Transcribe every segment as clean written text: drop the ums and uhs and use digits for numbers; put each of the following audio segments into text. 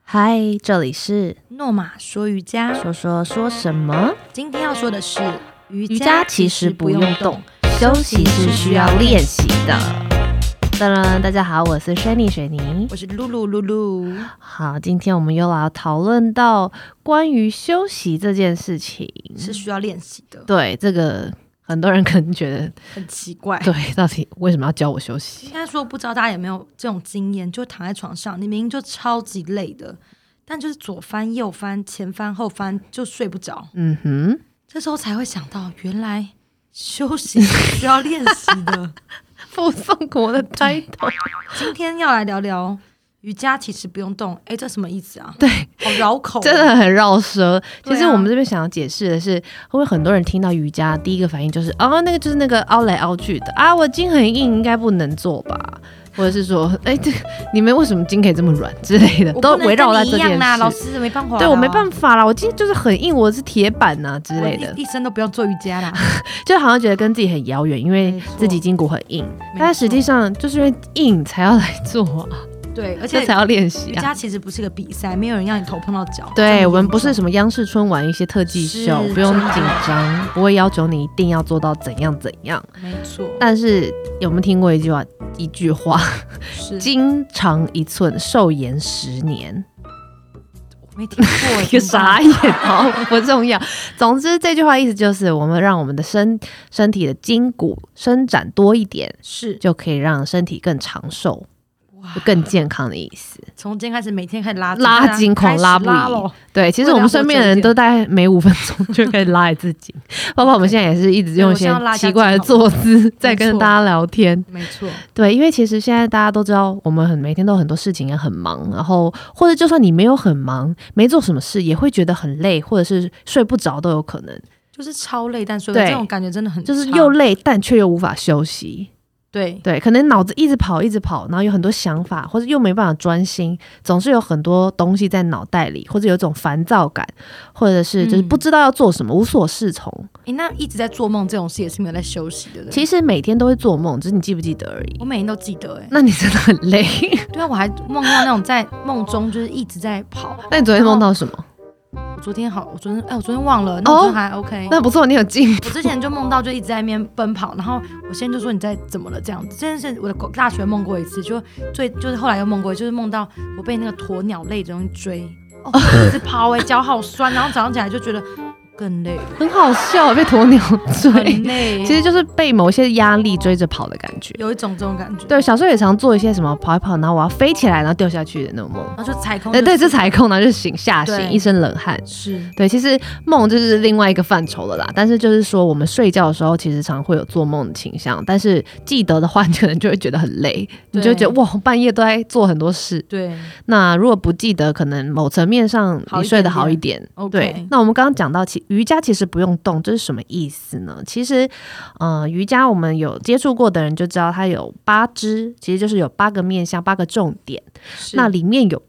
嗨，这里是诺玛说瑜伽， 说什么？ 今天要说的是瑜伽其实不用动，休息是需要练习的。当然，大家好，我是水妮， 我是露露。 好，今天我们又来讨论到关于休息这件事情， 是需要练习的。 对，这个很多人可能觉得很奇怪， 对，到底为什么要教我休息？ 应该说不知道大家有没有这种经验，就躺在床上，你明明就超级累的，但就是左翻右翻前翻后翻就睡不着。这时候才会想到，原来休息是需要练习的。 附送我的 title。 今天要来聊聊瑜伽其实不用动，这什么意思啊？ 对， 好绕口， 真的很绕舌。其实我们这边想要解释的是，会不会很多人听到瑜伽第一个反应就是那个就是那个凹来凹去的啊，我筋很硬，应该不能做吧？或者是说，这个你们为什么筋可以这么软之类的，都围绕在这件事。 老师没办法， 对我没办法啦，我筋就是很硬，我是铁板呐之类的， 一生都不要做瑜伽啦， 就好像觉得跟自己很遥远，因为自己筋骨很硬，但实际上就是因为硬才要来做啊。 对，而且才要练习。 瑜伽其实不是个比赛，没有人让你头碰到脚。 对，我们不是什么央视春晚一些特技秀，不用紧张，不会要求你一定要做到怎样怎样。 没错。 但是有没有听过一句话？筋长1寸，寿延10年。 我没听过， 一个傻眼，好不重要。总之这句话意思就是我们让我们的身体的筋骨伸展多一点，就可以让身体更长寿。就更健康的意思。 从今天开始，每天开始拉筋，狂拉不已。对，其实我们身边的人都大概每5分钟就可以拉一次筋，包括我们现在也是一直用一些奇怪的坐姿在跟大家聊天。 没错， 对，因为其实现在大家都知道，我们每天都有很多事情也很忙，然后或者就算你没有很忙，没做什么事，也会觉得很累，或者是睡不着都有可能。 就是超累，但睡不着，这种感觉真的很差， 就是又累，但却又无法休息。对，可能脑子一直跑，然后有很多想法，或者又没办法专心，总是有很多东西在脑袋里，或者有一种烦躁感，或者是就是不知道要做什么，无所适从。 那一直在做梦这种事也是没有在休息的。 其实每天都会做梦，只是你记不记得而已。 我每天都记得。 那你真的很累。 对啊，我还梦到那种在梦中就是一直在跑。 那你昨天梦到什么？ 我昨天忘了，那我昨天还 OK， 那不错，你有进步。 我之前就梦到就一直在那边奔跑，然后我先就说你在怎么了这样子，这件事我的大学梦过一次，就是后来又梦过，就是梦到我被那个鸵鸟类的东西追，一直跑脚好酸，然后早上起来就觉得更累， 很好笑，被鸵鸟追， 很累， 其实就是被某些压力追着跑的感觉， 有一种这种感觉。 对，小时候也常做一些什么跑一跑，然后我要飞起来，然后掉下去的那种梦， 然后就踩空， 对，是踩空，然后就吓醒，一身冷汗。 是， 对，其实梦就是另外一个范畴了啦。但是就是说，我们睡觉的时候，其实常会有做梦的倾向，但是记得的话，你可能就会觉得很累，你就会觉得哇，半夜都在做很多事。 对， 那如果不记得，可能某层面上你睡得好一点。对，那我们刚刚讲到，瑜伽其实不用动，这是什么意思呢？其实，瑜伽我们有接触过的人就知道，它有8支，其实就是有8个面向、8个重点。那里面有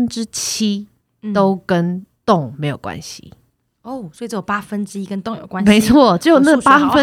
7%都跟动没有关系。 所以只有1/8跟动有关系。 没错，只有那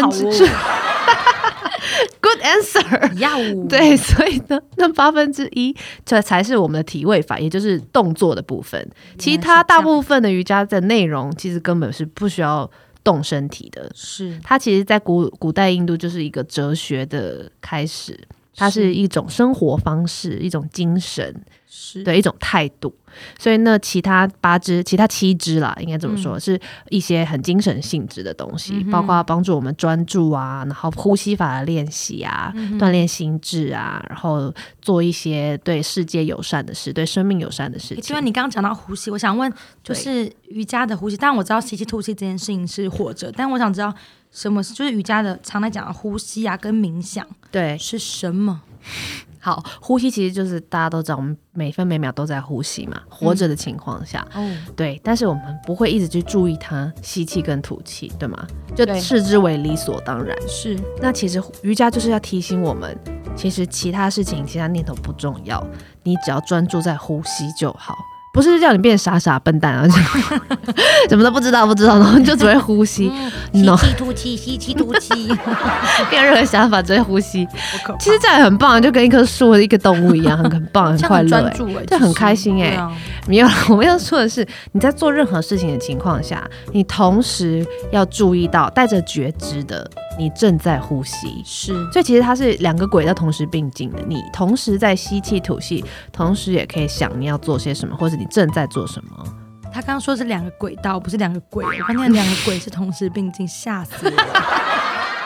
1/8。Good answer。对，所以呢，那1/8这才是我们的体位法，也就是动作的部分。其他大部分的瑜伽的内容，其实根本是不需要动身体的。 是， 它其实在古代印度就是一个哲学的开始，它是一种生活方式，一种精神，对，一种态度。所以呢，其他7支啦，应该这么说，是一些很精神性质的东西，包括帮助我们专注啊，然后呼吸法的练习啊，锻炼心智啊，然后做一些对世界友善的事，对生命友善的事情。 就像你刚刚讲到呼吸，我想问，就是瑜伽的呼吸，当然我知道吸气吐气这件事情是活着，但我想知道什么就是瑜伽的常来讲的呼吸啊，跟冥想， 对， 是什么？ 好，呼吸其实就是大家都知道，我们每分每秒都在呼吸嘛，活着的情况下，对，但是我们不会一直去注意它吸气跟吐气，对吗？就视之为理所当然。 是， 那其实瑜伽就是要提醒我们，其实其他事情、其他念头不重要，你只要专注在呼吸就好。 不是叫你变傻傻笨蛋啊，什么都不知道，然后就只会呼吸， 吸气吐气，吸气吐气， 没有任何想法，只会呼吸。其实这样也很棒，就跟一棵树或者一个动物一样，很棒，很快乐，就很开心没有，我们要说的是，你在做任何事情的情况下，你同时要注意到，带着觉知的，你正在呼吸。 是， 所以其实它是两个轨道同时并进的，你同时在吸气吐气，同时也可以想你要做些什么，或者你正在做什么。 他刚刚说是2个轨道，不是2个轨，我发现2个轨是同时并进，吓死我了。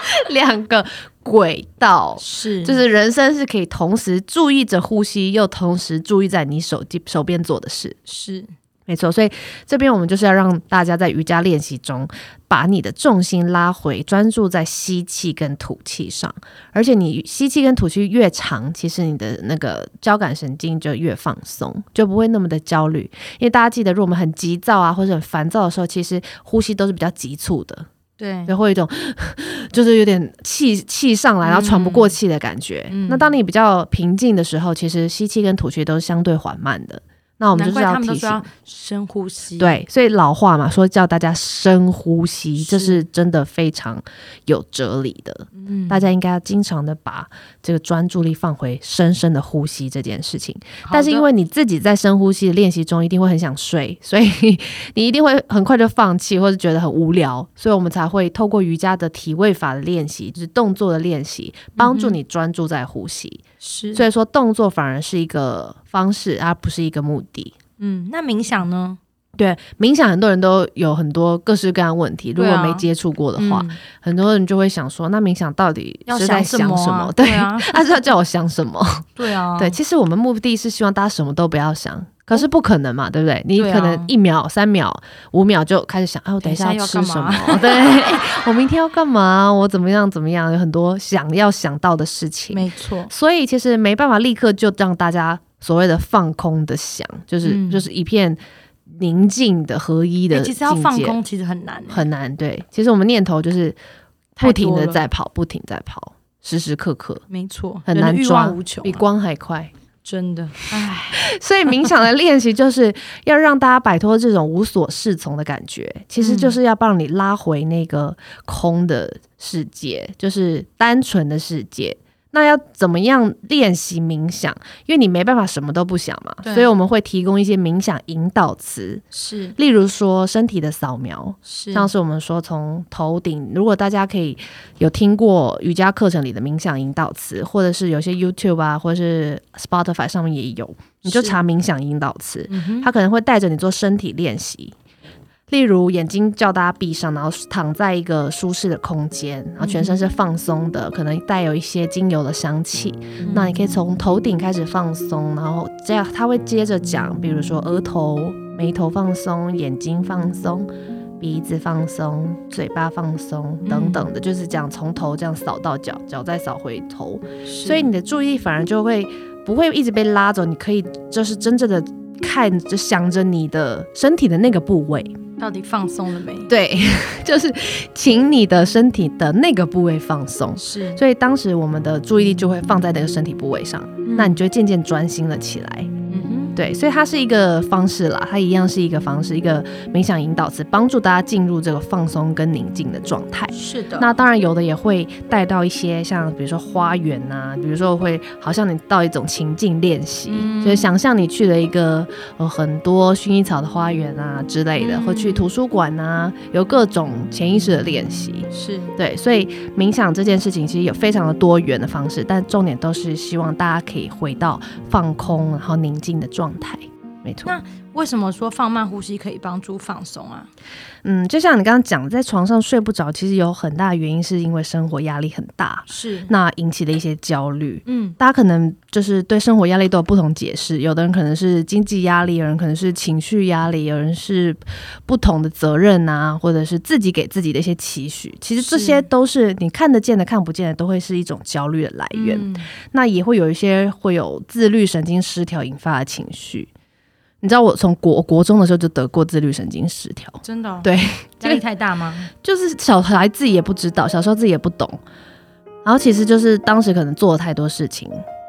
2个轨道是， 就是人生是可以同时注意着呼吸，又同时注意在你手边做的事。 是， 没错。所以这边我们就是要让大家在瑜伽练习中把你的重心拉回，专注在吸气跟吐气上。而且你吸气跟吐气越长，其实你的那个交感神经就越放松，就不会那么的焦虑。因为大家记得，如果我们很急躁啊或者很烦躁的时候，其实呼吸都是比较急促的。 对， 会有一种就是有点气上来，然后喘不过气的感觉。那当你比较平静的时候，其实吸气跟吐气都是相对缓慢的。那我们就是要提醒， 难怪他们都说要深呼吸。 对，所以老话嘛，说叫大家深呼吸，这是真的非常有哲理的。大家应该要经常的把这个专注力放回深深的呼吸这件事情。但是因为你自己在深呼吸的练习中一定会很想睡，所以你一定会很快就放弃或者觉得很无聊，所以我们才会透过瑜伽的体位法的练习，就是动作的练习，帮助你专注在呼吸。 是， 所以说动作反而是一个方式，而不是一个目的。 那冥想呢？ 对，冥想很多人都有很多各式各样的问题，如果没接触过的话，很多人就会想说，那冥想到底是在想什么？对啊，他是要叫我想什么？ 对啊， 对，其实我们目的是希望大家什么都不要想。可是不可能嘛，对不对？你可能1秒、3秒、5秒就开始想，我等一下要吃什么？对，我明天要干嘛？我怎么样？有很多要想到的事情。 没错， 所以其实没办法立刻就让大家所谓的放空的想，就是一片宁静的合一的境界。 其实要放空其实很难， 很难。对，其实我们念头就是不停的在跑，不停在跑，时时刻刻。 没错， 很难抓， 欲望无穷， 比光还快。 真的， 所以冥想的练习就是要让大家摆脱这种无所适从的感觉，其实就是要帮你拉回那个空的世界，就是单纯的世界。那要怎么样练习冥想？因为你没办法什么都不想嘛，所以我们会提供一些冥想引导词， 是， 例如说身体的扫描， 是， 像是我们说从头顶，如果大家可以有听过瑜伽课程里的冥想引导词，或者是有些 YouTube 啊，或者是 Spotify 上面也有，你就查冥想引导词，它可能会带着你做身体练习。例如眼睛叫大家闭上，然后躺在一个舒适的空间，然后全身是放松的，可能带有一些精油的香气。那你可以从头顶开始放松，然后这样他会接着讲，比如说额头、眉头放松，眼睛放松，鼻子放松，嘴巴放松等等的，就是这样从头这样扫到脚，脚再扫回头，所以你的注意力反而就会不会一直被拉走，你可以就是真正的看着想着你的身体的那个部位到底放松了没？ 对，就是请你的身体的那个部位放松。 是， 所以当时我们的注意力就会放在那个身体部位上，那你就渐渐专心了起来。对，所以它是一个方式啦，它一样是一个方式，一个冥想引导词，帮助大家进入这个放松跟宁静的状态。 是的， 那当然有的也会带到一些像比如说花园啊，比如说会好像你到一种情境练习，就是想象你去了一个很多薰衣草的花园啊之类的，或去图书馆啊，有各种潜意识的练习。 是，对， 所以冥想这件事情其实有非常的多元的方式，但重点都是希望大家可以回到放空然后宁静的状态。没错。 那为什么说放慢呼吸可以帮助放松啊？ 就像你刚刚讲，在床上睡不着，其实有很大的原因是因为生活压力很大， 是那引起的一些焦虑。大家可能就是对生活压力都有不同解释，有的人可能是经济压力，有人可能是情绪压力，有人是不同的责任啊，或者是自己给自己的一些期许。其实这些都是你看得见的、看不见的，都会是一种焦虑的来源。那也会有一些会有自律神经失调引发的情绪。你知道我从国中的时候就得过自律神经失调。 真的？ 对， 压力太大吗？ 就是小孩自己也不知道，小时候自己也不懂，然后其实就是当时可能做了太多事情，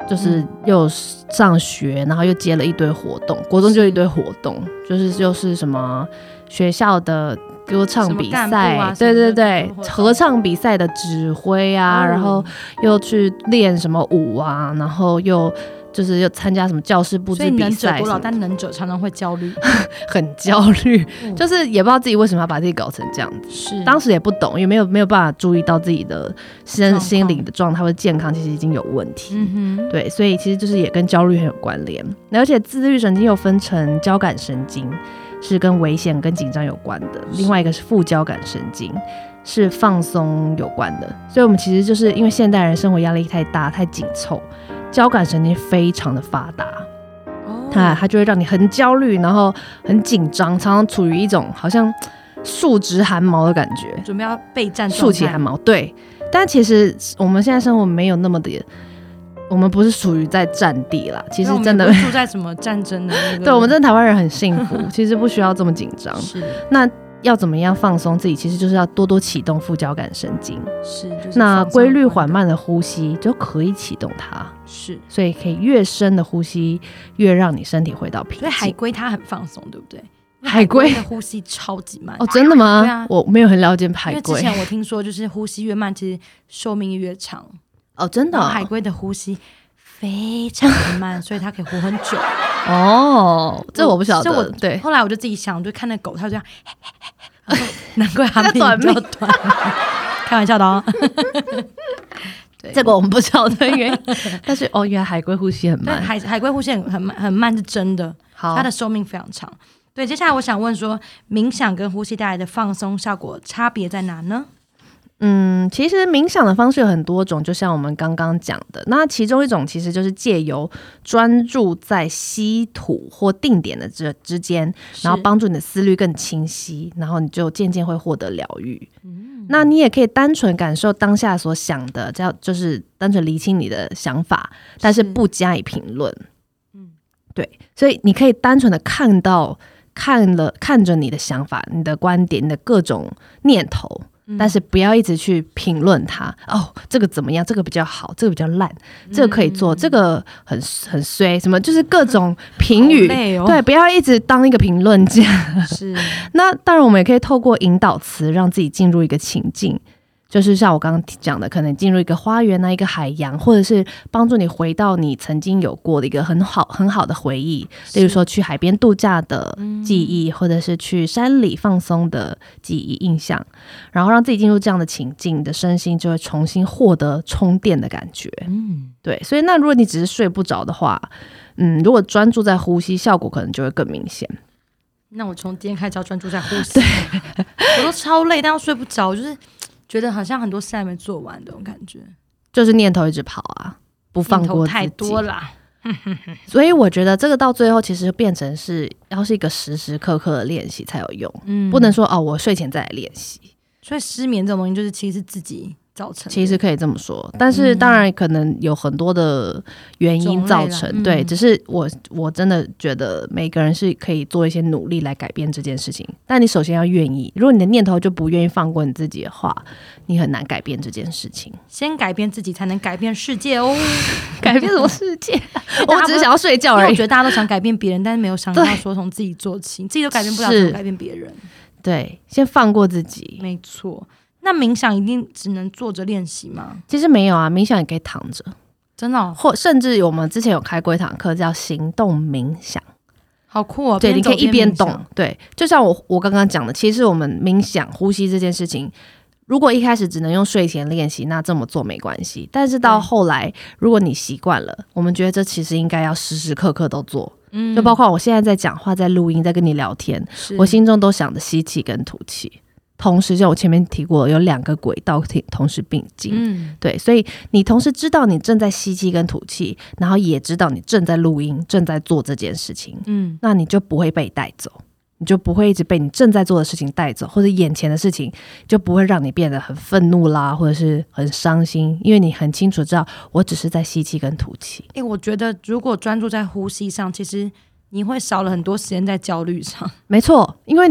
就是又上学，然后又接了一堆活动，国中就一堆活动，就是什么学校的歌唱比赛，对对对，合唱比赛的指挥啊，然后又去练什么舞啊，然后又参加什么教室布置比赛， 所以能者多劳，但能者常常会焦虑， 很焦虑，就是也不知道自己为什么要把自己搞成这样子。 是，当时也不懂，也没有办法注意到自己的心理的状态或者健康其实已经有问题。对，所以其实就是也跟焦虑很有关联，而且自律神经又分成交感神经。是跟危险跟紧张有关的，另外一个是副交感神经，是放松有关的。所以我们其实就是因为现代人生活压力太大太紧凑，交感神经非常的发达，它就会让你很焦虑，然后很紧张，常常处于一种好像竖直汗毛的感觉， 准备要备战状态， 竖起汗毛。对，但其实我们现在生活没有那么的，我们不是属于在战地啦，其实真的我们住在什么战争的那个对，我们真的台湾人很幸福，其实不需要这么紧张。 是， 那要怎么样放松自己？其实就是要多多启动副交感神经。 是，就是、 那规律缓慢的呼吸就可以启动它。 是， 所以可以越深的呼吸，越让你身体回到平静。 所以海龟它很放松，对不对？ 海龟的呼吸超级慢。 哦，真的吗？ 对啊， 我没有很了解海龟。 因为之前我听说，就是呼吸越慢，其实寿命越长。 哦，真的、哦。 海龟的呼吸非常的慢，所以它可以活很久。 哦，这我不晓得。对， 后来我就自己想，我就看那狗，它就这样，难怪它命比较短。开玩笑的哦。 对，这个我们不晓得原因，但是原来海龟呼吸很慢。 海龟呼吸很慢是真的，它的寿命非常长。对，接下来我想问说，冥想跟呼吸带来的放松效果差别在哪呢？ 其实冥想的方式有很多种，就像我们刚刚讲的，那其中一种其实就是借由专注在吸吐或定点的之间，然后帮助你的思虑更清晰，然后你就渐渐会获得疗愈。那你也可以单纯感受当下所想的，就是单纯厘清你的想法，但是不加以评论。对，所以你可以单纯的看着你的想法、你的观点、你的各种念头。但是不要一直去评论它这个怎么样，这个比较好，这个比较烂，这个可以做，这个很衰，什么就是各种评语、对，不要一直当一个评论家。 是。 那当然我们也可以透过引导词让自己进入一个情境，就是像我刚刚讲的，可能进入一个花园一个海洋，或者是帮助你回到你曾经有过的一个很好的回忆，例如说去海边度假的记忆，或者是去山里放松的记忆印象，然后让自己进入这样的情境，你的身心就会重新获得充电的感觉。对，所以那如果你只是睡不着的话，如果专注在呼吸，效果可能就会更明显。 那我从今天开始要专注在呼吸。我都超累，但又睡不着，就是觉得好像很多事还没做完的种感觉， 就是念头一直跑不放过自己， 太多啦。 所以我觉得这个到最后其实变成是要是一个时时刻刻的练习才有用，不能说我睡前再来练习。 所以失眠这种东西就是其实是自己造成的， 其实可以这么说，但是当然可能有很多的原因造成，对，只是我真的觉得每个人是可以做一些努力来改变这件事情，但你首先要愿意，如果你的念头就不愿意放过你自己的话，你很难改变这件事情。 先改变自己才能改变世界哦。 改变什么世界？我只是想要睡觉而已。 我觉得大家都想改变别人，但是没有想到说从自己做起，自己都改变不了，怎么改变别人？ 对，先放过自己。 没错。那冥想一定只能坐着练习吗？ 其实没有冥想也可以躺着， 真的或甚至我们之前有开过一堂课叫行动冥想， 好酷对，你可以一边动，对，就像我刚刚讲的，其实我们冥想呼吸这件事情，如果一开始只能用睡前练习，那这么做没关系，但是到后来如果你习惯了，我们觉得这其实应该要时时刻刻都做，就包括我现在在讲话，在录音，在跟你聊天，我心中都想着吸气跟吐气，同时像我前面提过有2个轨道同时并进，对，所以你同时知道你正在吸气跟吐气，然后也知道你正在录音，正在做这件事情，那你就不会被带走，你就不会一直被你正在做的事情带走，或者眼前的事情就不会让你变得很愤怒啦，或者是很伤心，因为你很清楚知道我只是在吸气跟吐气。 我觉得如果专注在呼吸上，其实你会少了很多时间在焦虑上。 没错，因为你就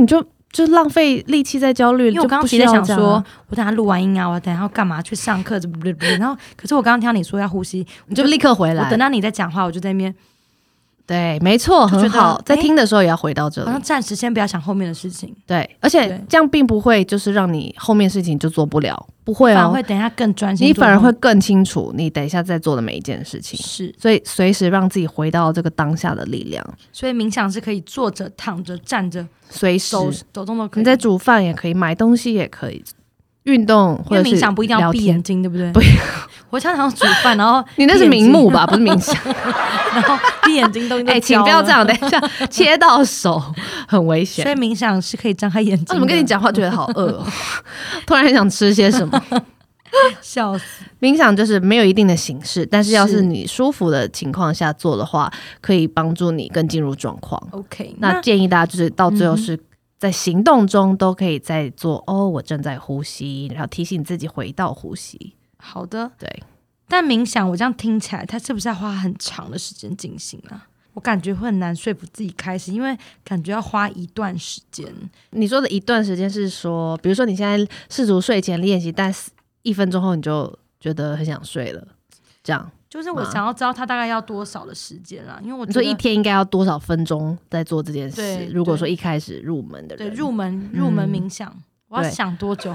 就浪费力气在焦虑， 因为我刚刚其实想说，我等下录完音啊，我等下要干嘛去上课，然后可是我刚刚听到你说要呼吸， 你就立刻回来。 我等到你在讲话，我就在那边。 对，没错，很好。在听的时候也要回到这里， 好像暂时先不要想后面的事情。 对，而且这样并不会就是让你后面事情就做不了，不会反而会等一下更专心， 你反而会更清楚你等一下在做的每一件事情。 是， 所以随时让自己回到这个当下的力量。 所以冥想是可以坐着、躺着、站着， 随时走动都可以。 你在煮饭也可以，买东西也可以。运动或者是因为冥想不一定要闭眼睛，对不对？ 不， 我常常煮饭，然后你那是冥目吧，不是冥想。 然后闭眼睛都请不要这样，等一下切到手很危险。 所以冥想是可以张开眼睛的。 怎么跟你讲话觉得好饿哦？突然很想吃些什么， 笑死！ 冥想就是没有一定的形式，但是要是你舒服的情况下做的话，可以帮助你更进入状况。 OK， 那建议大家就是到最后是在行动中都可以在做我正在呼吸，然后提醒自己回到呼吸。 好的， 对。 但冥想我这样听起来，它是不是要花很长的时间进行啊？我感觉会很难说服自己开始，因为感觉要花一段时间。 你说的一段时间是说，比如说你现在试图睡前练习，但1分钟后你就觉得很想睡了，这样。 就是我想要知道它大概要多少的时间啦，因为我觉得你说一天应该要多少分钟在做这件事？如果说一开始入门的人， 对入门冥想，我要想多久？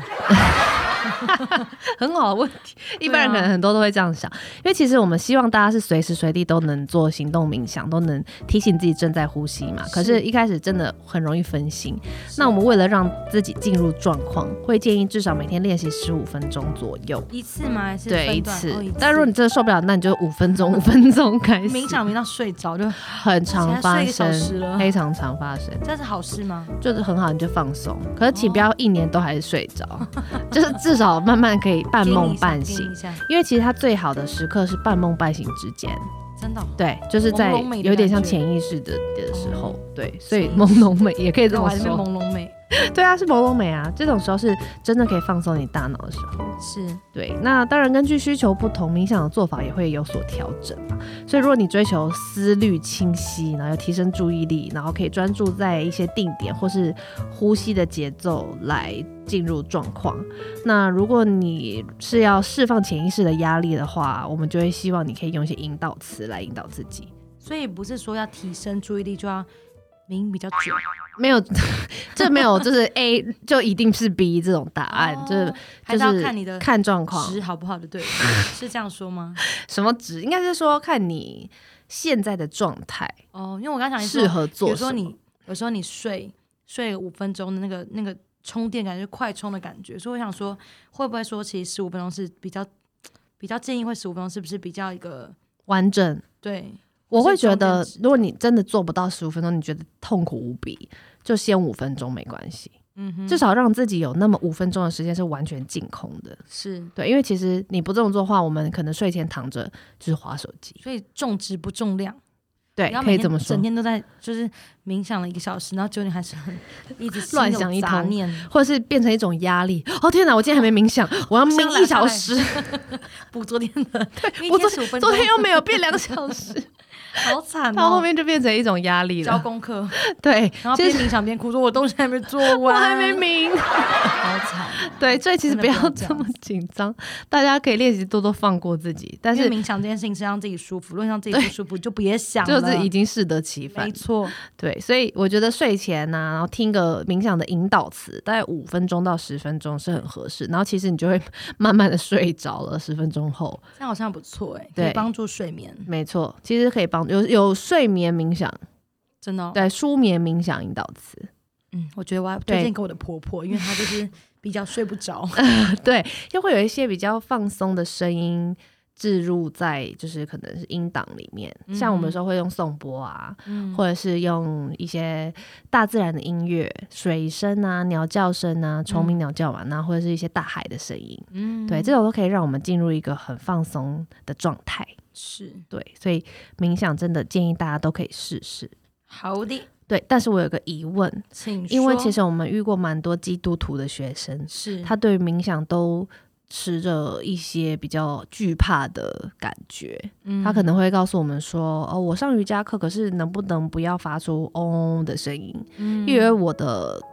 很好的问题，一般人可能很多都会这样想，因为其实我们希望大家是随时随地都能做行动冥想，都能提醒自己正在呼吸嘛。可是一开始真的很容易分心，那我们为了让自己进入状况，会建议至少每天练习15分钟左右。 一次吗？还是对，一次。但如果你真的受不了，那你就5分钟开始冥想到睡着，就很常发生，非常常发生。 这是好事吗？ 就是很好，你就放松。可是请不要1年都还是睡着，就是至少慢慢可以半梦半醒，因为其实它最好的时刻是半梦半醒之间。 真的对，就是在有点像潜意识的时候，对，所以朦胧美也可以这么说。 朦胧美， 对啊，是朦胧美啊，这种时候是真的可以放松你大脑的时候。 是对，那当然根据需求不同，冥想的做法也会有所调整嘛。所以如果你追求思虑清晰，然后要提升注意力，然后可以专注在一些定点或是呼吸的节奏来进入状况。那如果你是要释放潜意识的压力的话，我们就会希望你可以用一些引导词来引导自己。 所以不是说要提升注意力就要冥比较久， 没有，这没有，就是 A 就一定是 B 这种答案，就是还是要看你的看状况值好不好的，对，是这样说吗？ 什么值？应该是说看你现在的状态哦，因为我刚想适合做什么。 有时候你睡5分钟的那个充电感觉，快充的感觉，所以我想说，会不会说其实15分钟是比较建议会15分钟，是不是比较一个完整？ 对。 我会觉得，如果你真的做不到15分钟，你觉得痛苦无比，就先5分钟没关系。至少让自己有那么5分钟的时间是完全净空的。 是对，因为其实你不这么做的话，我们可能睡前躺着就是滑手机。 所以重质不重量。 对，可以这么说。 整天都在就是冥想了1个小时，然后9点还是一直乱想一通，或者是变成一种压力。哦天哪，我今天还没冥想，我要冥1小时， 补昨天的。 对，我昨天又没有变2小时。 好惨哦！ 到后面就变成一种压力了， 交功课， 对， 然后边冥想边哭，说我东西还没做完， 我还没冥， 好惨。 对，所以其实不要这么紧张，大家可以练习多多放过自己。但是冥想这件事情是让自己舒服，如果让自己不舒服，就别想了，就是已经适得其反。 没错， 对，所以我觉得睡前啊，然后听个冥想的引导词，大概5分钟到10分钟是很合适。然后其实你就会慢慢的睡着了，10分钟后， 这样好像不错哎，可以帮助睡眠。 没错，其实可以帮有睡眠冥想， 真的对，舒眠冥想引导词。 我觉得我要推荐给我的婆婆，因为她就是比较睡不着。 对，就会有一些比较放松的声音置入在就是可能是音档里面，像我们有时候会用颂钵啊，或者是用一些大自然的音乐，水声啊、鸟叫声啊、虫鸣鸟叫嘛，然后或者是一些大海的声音，对，这种都可以让我们进入一个很放松的状态。 是， 对，所以冥想真的建议大家都可以试试。 好的， 对，但是我有个疑问， 请说。 因为其实我们遇过蛮多基督徒的学生， 是他对于冥想都持着一些比较惧怕的感觉，他可能会告诉我们说，我上瑜伽课，可是能不能不要发出嗡嗡的声音，因为我的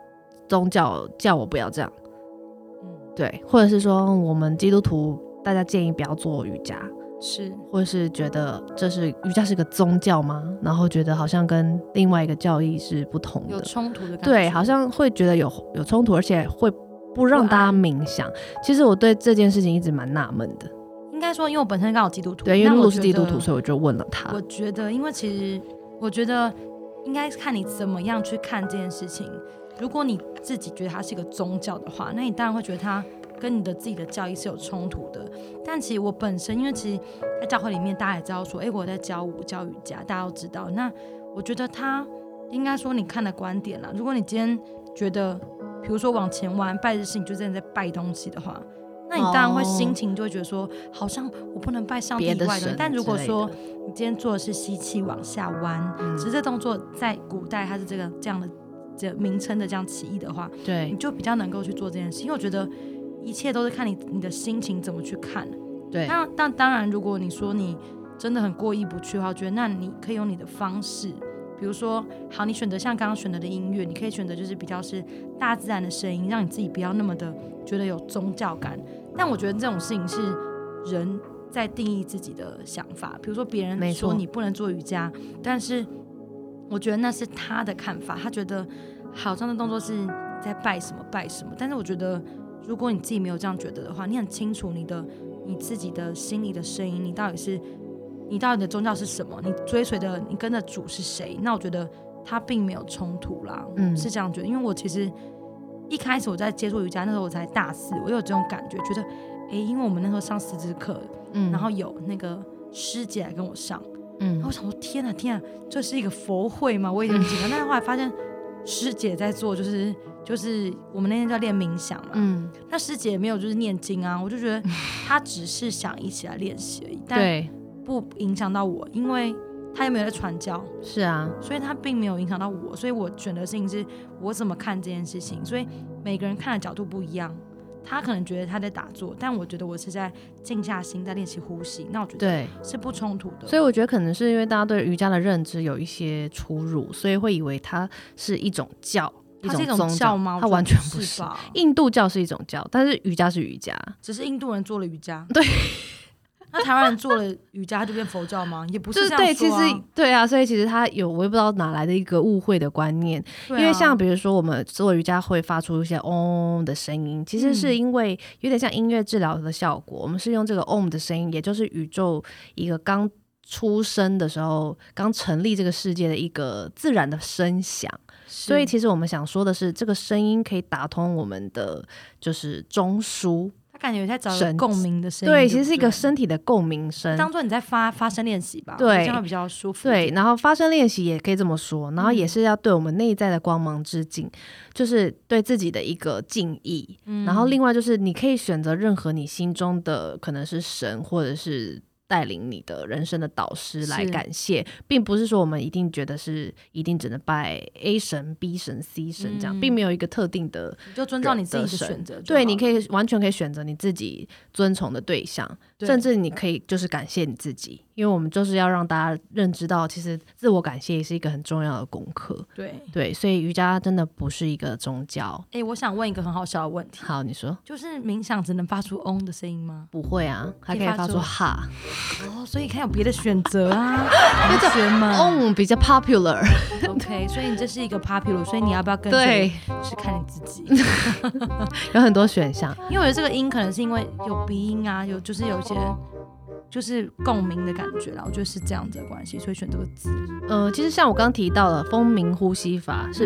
宗教叫我不要这样，对，或者是说我们基督徒大家建议不要做瑜伽， 是， 或者是觉得瑜伽是个宗教吗？然后觉得好像跟另外一个教义是不同的， 有冲突的感觉， 对，好像会觉得有冲突，而且会不让大家冥想。其实我对这件事情一直蛮纳闷的。 应该说，因为我本身刚好基督徒， 对，因为露露是基督徒，所以我就问了他。 我觉得，因为其实我觉得应该看你怎么样去看这件事情。如果你自己觉得它是一个宗教的话，那你当然会觉得它跟你的自己的教义是有冲突的。但其实我本身，因为其实在教会里面，大家也知道说，我在教舞、教瑜伽，大家都知道。那我觉得他应该说你看的观点啦。如果你今天觉得，比如说往前弯拜日式，你就真的在拜东西的话。那你当然会心情就会觉得说，好像我不能拜上帝以外的。但如果说你今天做的是吸气往下弯，只是这动作在古代它是这样的这名称的这样起义的话， 对， 你就比较能够去做这件事。因为我觉得一切都是看你的心情怎么去看。 对， 但当然，如果你说你真的很过意不去的话，我觉得那你可以用你的方式。比如说，好，你选择像刚刚选择的音乐，你可以选择就是比较是大自然的声音，让你自己不要那么的觉得有宗教感。但我觉得这种事情是人在定义自己的想法。比如说别人说你不能做瑜伽，但是我觉得那是他的看法，他觉得好像的动作是你在拜什么拜什么。但是我觉得，如果你自己没有这样觉得的话，你很清楚你自己的心里的声音，你到底的宗教是什么？你追随的，你跟的主是谁？那我觉得他并没有冲突啦，是这样觉得。因为我其实一开始我在接触瑜伽那时候我才大4，我有这种感觉，觉得因为我们那时候上师资课，然后有那个师姐来跟我上，然后我想说天啊，这是一个佛会吗？我也很紧张。但是后来发现师姐在做，就是我们那天在练冥想嘛，那师姐也没有就是念经啊，我就觉得她只是想一起来练习而已，但不影响到我，因为他也没有在传教， 是啊， 所以他并没有影响到我，所以我选的事情是我怎么看这件事情，所以每个人看的角度不一样，他可能觉得他在打坐，但我觉得我是在静下心在练习呼吸，那我觉得是不冲突的。 所以我觉得可能是因为大家对瑜伽的认知有一些出入，所以会以为它是一种教， 它是一种教吗？ 它完全不是。印度教是一种教，但是瑜伽是瑜伽， 只是印度人做了瑜伽。 对。 那台湾人做了瑜伽就变佛教吗？也不是这样说啊。 对，其实对啊，所以其实他有我也不知道哪来的一个误会的观念，因为像比如说我们做瑜伽会发出一些嗡的声音，其实是因为有点像音乐治疗的效果，我们是用这个嗡的声音，也就是宇宙一个刚出生的时候，刚成立这个世界的一个自然的声响。所以其实我们想说的是，这个声音可以打通我们的就是中枢。 感觉在找共鸣的声音， 对，其实是一个身体的共鸣声， 当做你在发声练习吧， 对， 这样会比较舒服。 对，然后发声练习也可以这么说，然后也是要对我们内在的光芒致敬，就是对自己的一个敬意。然后另外就是你可以选择任何你心中的可能是神或者是带领你的人生的导师来感谢，并不是说我们一定觉得是一定只能拜 A 神 B 神 C 神这样，并没有一个特定的， 你就遵照你自己的选择。 对，你可以完全可以选择你自己尊崇的对象，甚至你可以就是感谢你自己，因为我们就是要让大家认知到其实自我感谢也是一个很重要的功课。对，所以瑜伽真的不是一个宗教。 我想问一个很好笑的问题。 好，你说。 就是冥想只能发出嗡的声音吗？ 不会啊，还可以发出哈。 所以看有别的选择啊，同学们。 嗡比较 popular。 OK， 所以你这是一个 popular， 所以你要不要跟随是看你自己。 有很多选项， 因为我觉得这个音可能是因为有鼻音啊，就是有一些就是共鸣的感觉啦，我觉得是这样子的关系，所以选这个字。 其实像我刚刚提到的风鸣呼吸法是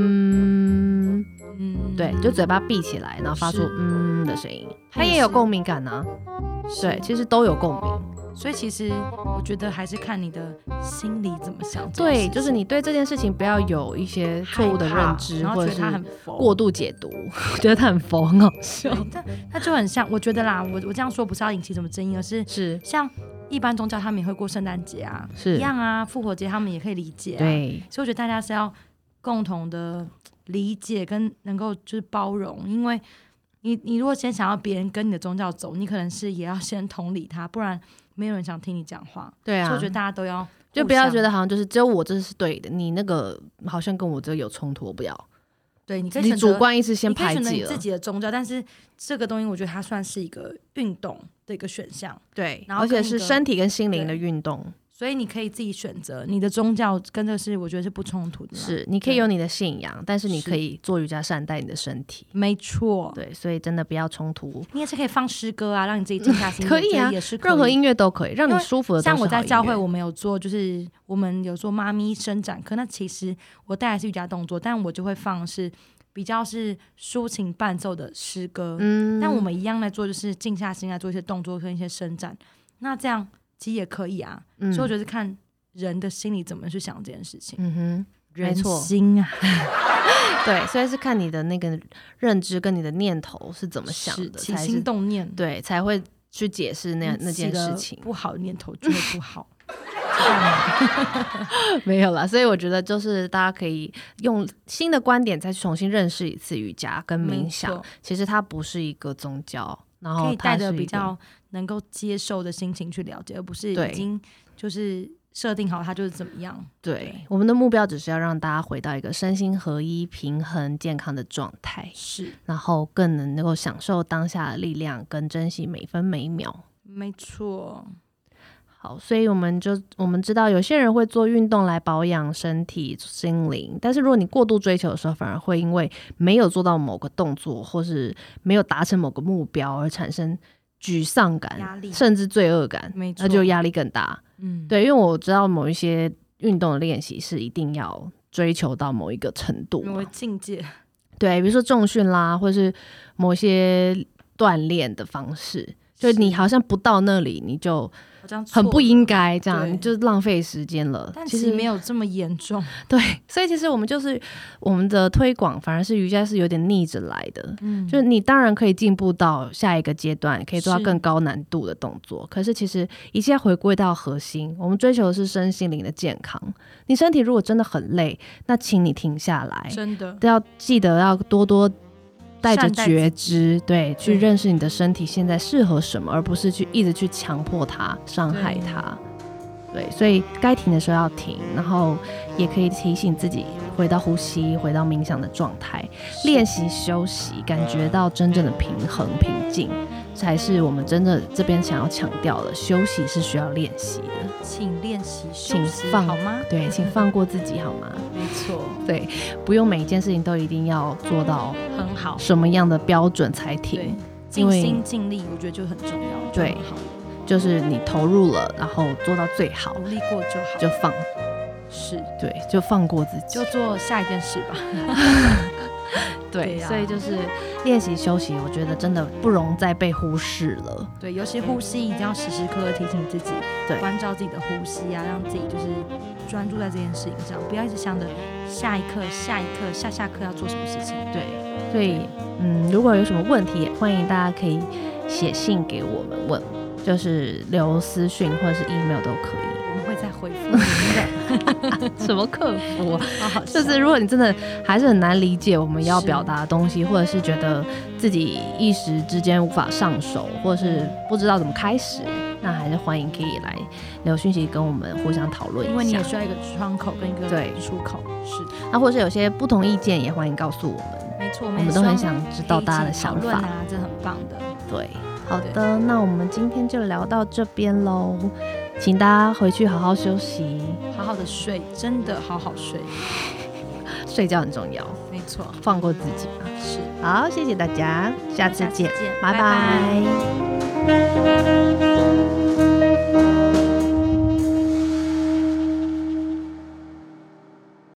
对，就嘴巴闭起来，然后发出的声音，它也有共鸣感啊。对，其实都有共鸣。 所以其实我觉得还是看你的心里怎么想。 对，就是你对这件事情不要有一些错误的认知，或者是过度解读。我觉得他很佛，很好笑。 他就很像，我觉得啦，我这样说不是要引起什么争议，而是像一般宗教他们也会过圣诞节啊，一样啊，复活节他们也可以理解啊。 对， 所以我觉得大家是要共同的理解跟能够就是包容，因为你如果先想要别人跟你的宗教走，你可能是也要先同理他，不然没有人想听你讲话。 对啊， 所以我觉得大家都要就不要觉得好像就是只有我这是对的，你那个好像跟我这有冲突，我不要。 对，你可以选择你主观意识先你可以排挤了选择你自。己的宗教，但是这个东西我觉得它算是一个运动的一个选项， 对， 然后而且跟一个是身体跟心灵的运动。 所以你可以自己选择你的宗教跟这个是我觉得是不冲突的。 是，你可以有你的信仰，但是你可以做瑜伽善待你的身体。 没错， 对，所以真的不要冲突。 你也是可以放诗歌啊，让你自己静下心。 可以啊， 也是可以任何音乐都可以，让你舒服的都是好音乐。 像我在教会，我们有做，就是我们有做妈咪伸展课，那其实我带的是瑜伽动作，但我就会放是比较是抒情伴奏的诗歌。但我们一样来做，就是静下心来做一些动作跟一些伸展。那这样其实也可以啊。所以我觉得是看人的心里怎么去想这件事情。人心啊。 对，所以是看你的那个认知跟你的念头是怎么想的， 起心动念， 对，才会去解释那件事情。 不好的念头就会不好。 没有啦，所以我觉得就是大家可以用新的观点再重新认识一次瑜伽跟冥想。其实它不是一个宗教，然后可以带着比较能够接受的心情去了解，而不是已经就是设定好它就是怎么样。 对，我们的目标只是要让大家回到一个身心合一、平衡、健康的状态， 是， 然后更能够享受当下的力量，跟珍惜每分每秒。 没错。 好，所以我们知道有些人会做运动来保养身体心灵，但是如果你过度追求的时候，反而会因为没有做到某个动作或是没有达成某个目标而产生沮丧感、 压力， 甚至罪恶感，那就压力更大。对，因为我知道某一些运动的练习是一定要追求到某一个程度， 某个境界。 对，比如说重训啦，或是某些锻炼的方式，就你好像不到那里，你就很不应该这样，你就浪费时间了。 但其实没有这么严重。 对，所以其实我们的推广反而是瑜伽是有点逆着来的。就是你当然可以进步到下一个阶段，可以做到更高难度的动作，可是其实一切回归到核心，我们追求的是身心灵的健康。你身体如果真的很累，那请你停下来， 真的要记得要多多带着觉知，对，去认识你的身体现在适合什么，而不是一直去强迫它、伤害它。对，所以该停的时候要停，然后也可以提醒自己回到呼吸，回到冥想的状态，练习休息，感觉到真正的平衡、平静，才是我们真的这边想要强调的。休息是需要练习的， 请练习休息， 请放好吗？ 对，请放过自己好吗？ 没错， 对，不用每一件事情都一定要做到很好， 什么样的标准才停， 尽心尽力，我觉得就很重要。 对，就是你投入了，然后做到最好， 努力过就好， 就放， 是， 对，就放过自己， 就做下一件事吧。 对，所以就是练习休息，我觉得真的不容再被忽视了。 对，尤其呼吸一定要时时刻刻提醒自己， 对， 关照自己的呼吸啊，让自己就是专注在这件事情上，不要一直想着下一刻、下一刻、下课要做什么事情。 对，所以如果有什么问题，欢迎大家可以写信给我们问，就是留私讯或者是 email 都可以， 我们会再回复你的。 什么客服？就是如果你真的还是很难理解我们要表达的东西，或者是觉得自己一时之间无法上手，或者是不知道怎么开始，那还是欢迎可以来留讯息跟我们互相讨论一下， 因为你也需要一个窗口跟一个出口。是， 那或者是有些不同意见也欢迎告诉我们。 没错，我们都很想知道大家的想法啊，这很棒的。 对，好的，那我们今天就聊到这边咯，请大家回去好好休息， 好好的睡，真的好好睡， 睡觉很重要， 没错， 放过自己吧。 是， 好，谢谢大家，下次见，拜拜。